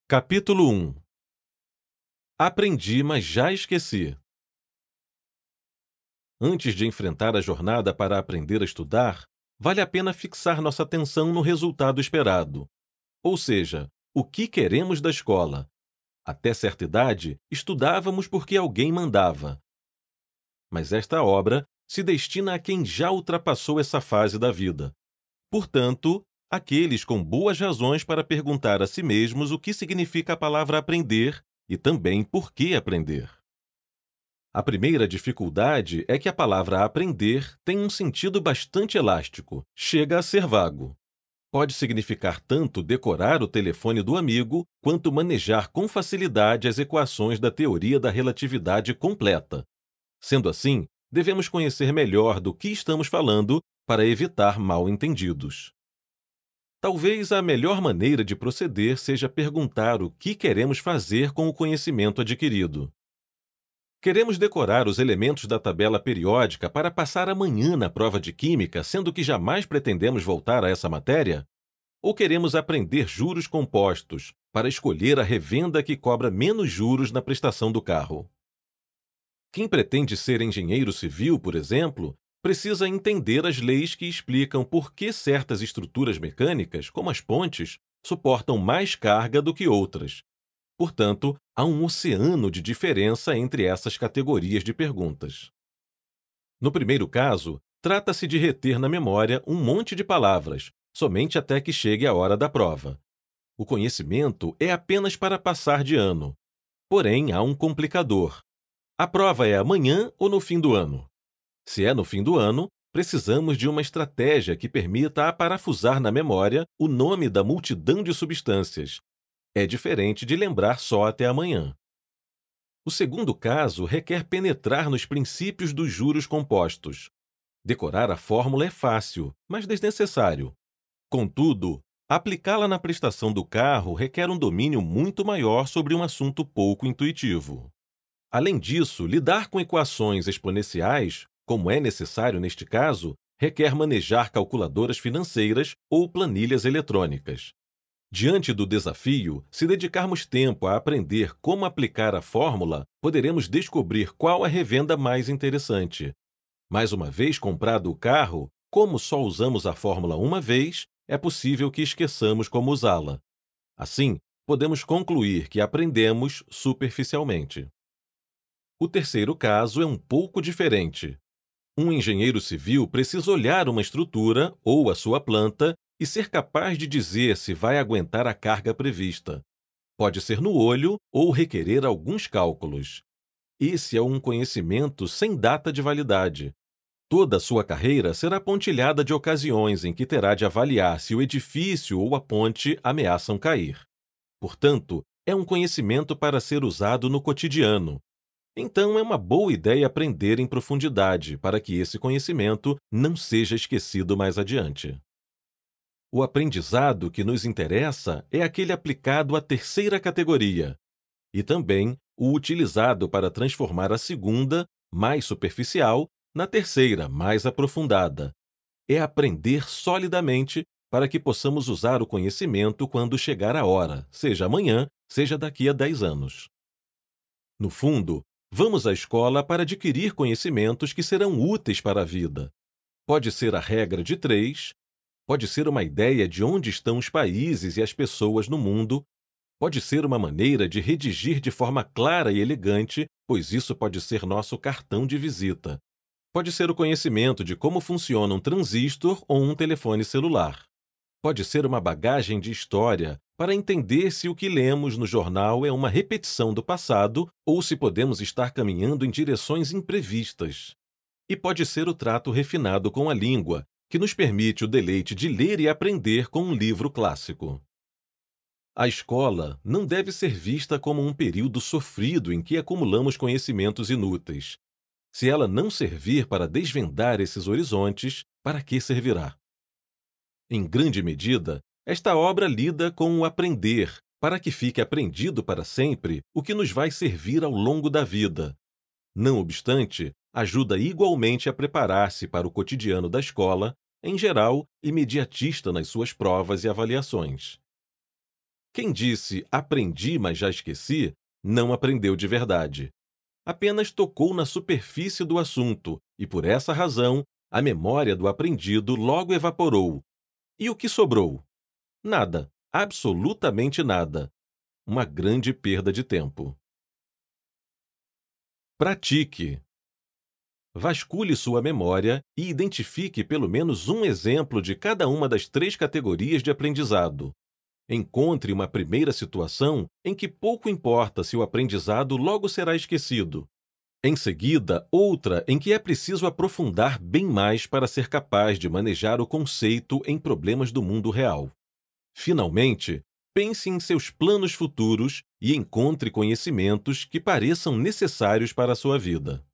Capítulo 1. Aprendi, mas já esqueci. Antes de enfrentar a jornada para aprender a estudar, vale a pena fixar nossa atenção no resultado esperado. Ou seja, o que queremos da escola. Até certa idade, estudávamos porque alguém mandava. Mas esta obra se destina a quem já ultrapassou essa fase da vida. Portanto, aqueles com boas razões para perguntar a si mesmos o que significa a palavra aprender e também por que aprender. A primeira dificuldade é que a palavra aprender tem um sentido bastante elástico, chega a ser vago. Pode significar tanto decorar o telefone do amigo, quanto manejar com facilidade as equações da teoria da relatividade completa. Sendo assim, devemos conhecer melhor do que estamos falando para evitar mal-entendidos. Talvez a melhor maneira de proceder seja perguntar o que queremos fazer com o conhecimento adquirido. Queremos decorar os elementos da tabela periódica para passar amanhã na prova de química, sendo que jamais pretendemos voltar a essa matéria? Ou queremos aprender juros compostos para escolher a revenda que cobra menos juros na prestação do carro? Quem pretende ser engenheiro civil, por exemplo, precisa entender as leis que explicam por que certas estruturas mecânicas, como as pontes, suportam mais carga do que outras. Portanto, há um oceano de diferença entre essas categorias de perguntas. No primeiro caso, trata-se de reter na memória um monte de palavras, somente até que chegue a hora da prova. O conhecimento é apenas para passar de ano. Porém, há um complicador. A prova é amanhã ou no fim do ano? Se é no fim do ano, precisamos de uma estratégia que permita aparafusar na memória o nome da multidão de substâncias. É diferente de lembrar só até amanhã. O segundo caso requer penetrar nos princípios dos juros compostos. Decorar a fórmula é fácil, mas desnecessário. Contudo, aplicá-la na prestação do carro requer um domínio muito maior sobre um assunto pouco intuitivo. Além disso, lidar com equações exponenciais, como é necessário neste caso, requer manejar calculadoras financeiras ou planilhas eletrônicas. Diante do desafio, se dedicarmos tempo a aprender como aplicar a fórmula, poderemos descobrir qual a revenda mais interessante. Mais uma vez comprado o carro, como só usamos a fórmula uma vez, é possível que esqueçamos como usá-la. Assim, podemos concluir que aprendemos superficialmente. O terceiro caso é um pouco diferente. Um engenheiro civil precisa olhar uma estrutura ou a sua planta e ser capaz de dizer se vai aguentar a carga prevista. Pode ser no olho ou requerer alguns cálculos. Esse é um conhecimento sem data de validade. Toda a sua carreira será pontilhada de ocasiões em que terá de avaliar se o edifício ou a ponte ameaçam cair. Portanto, é um conhecimento para ser usado no cotidiano. Então, é uma boa ideia aprender em profundidade para que esse conhecimento não seja esquecido mais adiante. O aprendizado que nos interessa é aquele aplicado à terceira categoria, e também o utilizado para transformar a segunda, mais superficial, na terceira, mais aprofundada. É aprender solidamente para que possamos usar o conhecimento quando chegar a hora, seja amanhã, seja daqui a 10 anos. No fundo, vamos à escola para adquirir conhecimentos que serão úteis para a vida. Pode ser a regra de 3, pode ser uma ideia de onde estão os países e as pessoas no mundo, pode ser uma maneira de redigir de forma clara e elegante, pois isso pode ser nosso cartão de visita. Pode ser o conhecimento de como funciona um transistor ou um telefone celular. Pode ser uma bagagem de história para entender se o que lemos no jornal é uma repetição do passado ou se podemos estar caminhando em direções imprevistas. E pode ser o trato refinado com a língua, que nos permite o deleite de ler e aprender com um livro clássico. A escola não deve ser vista como um período sofrido em que acumulamos conhecimentos inúteis. Se ela não servir para desvendar esses horizontes, para que servirá? Em grande medida, esta obra lida com o aprender, para que fique aprendido para sempre o que nos vai servir ao longo da vida. Não obstante, ajuda igualmente a preparar-se para o cotidiano da escola, em geral, imediatista nas suas provas e avaliações. Quem disse aprendi, mas já esqueci, não aprendeu de verdade. Apenas tocou na superfície do assunto e, por essa razão, a memória do aprendido logo evaporou. E o que sobrou? Nada, absolutamente nada. Uma grande perda de tempo. Pratique. Vasculhe sua memória e identifique pelo menos um exemplo de cada uma das três categorias de aprendizado. Encontre uma primeira situação em que pouco importa se o aprendizado logo será esquecido. Em seguida, outra em que é preciso aprofundar bem mais para ser capaz de manejar o conceito em problemas do mundo real. Finalmente, pense em seus planos futuros e encontre conhecimentos que pareçam necessários para a sua vida.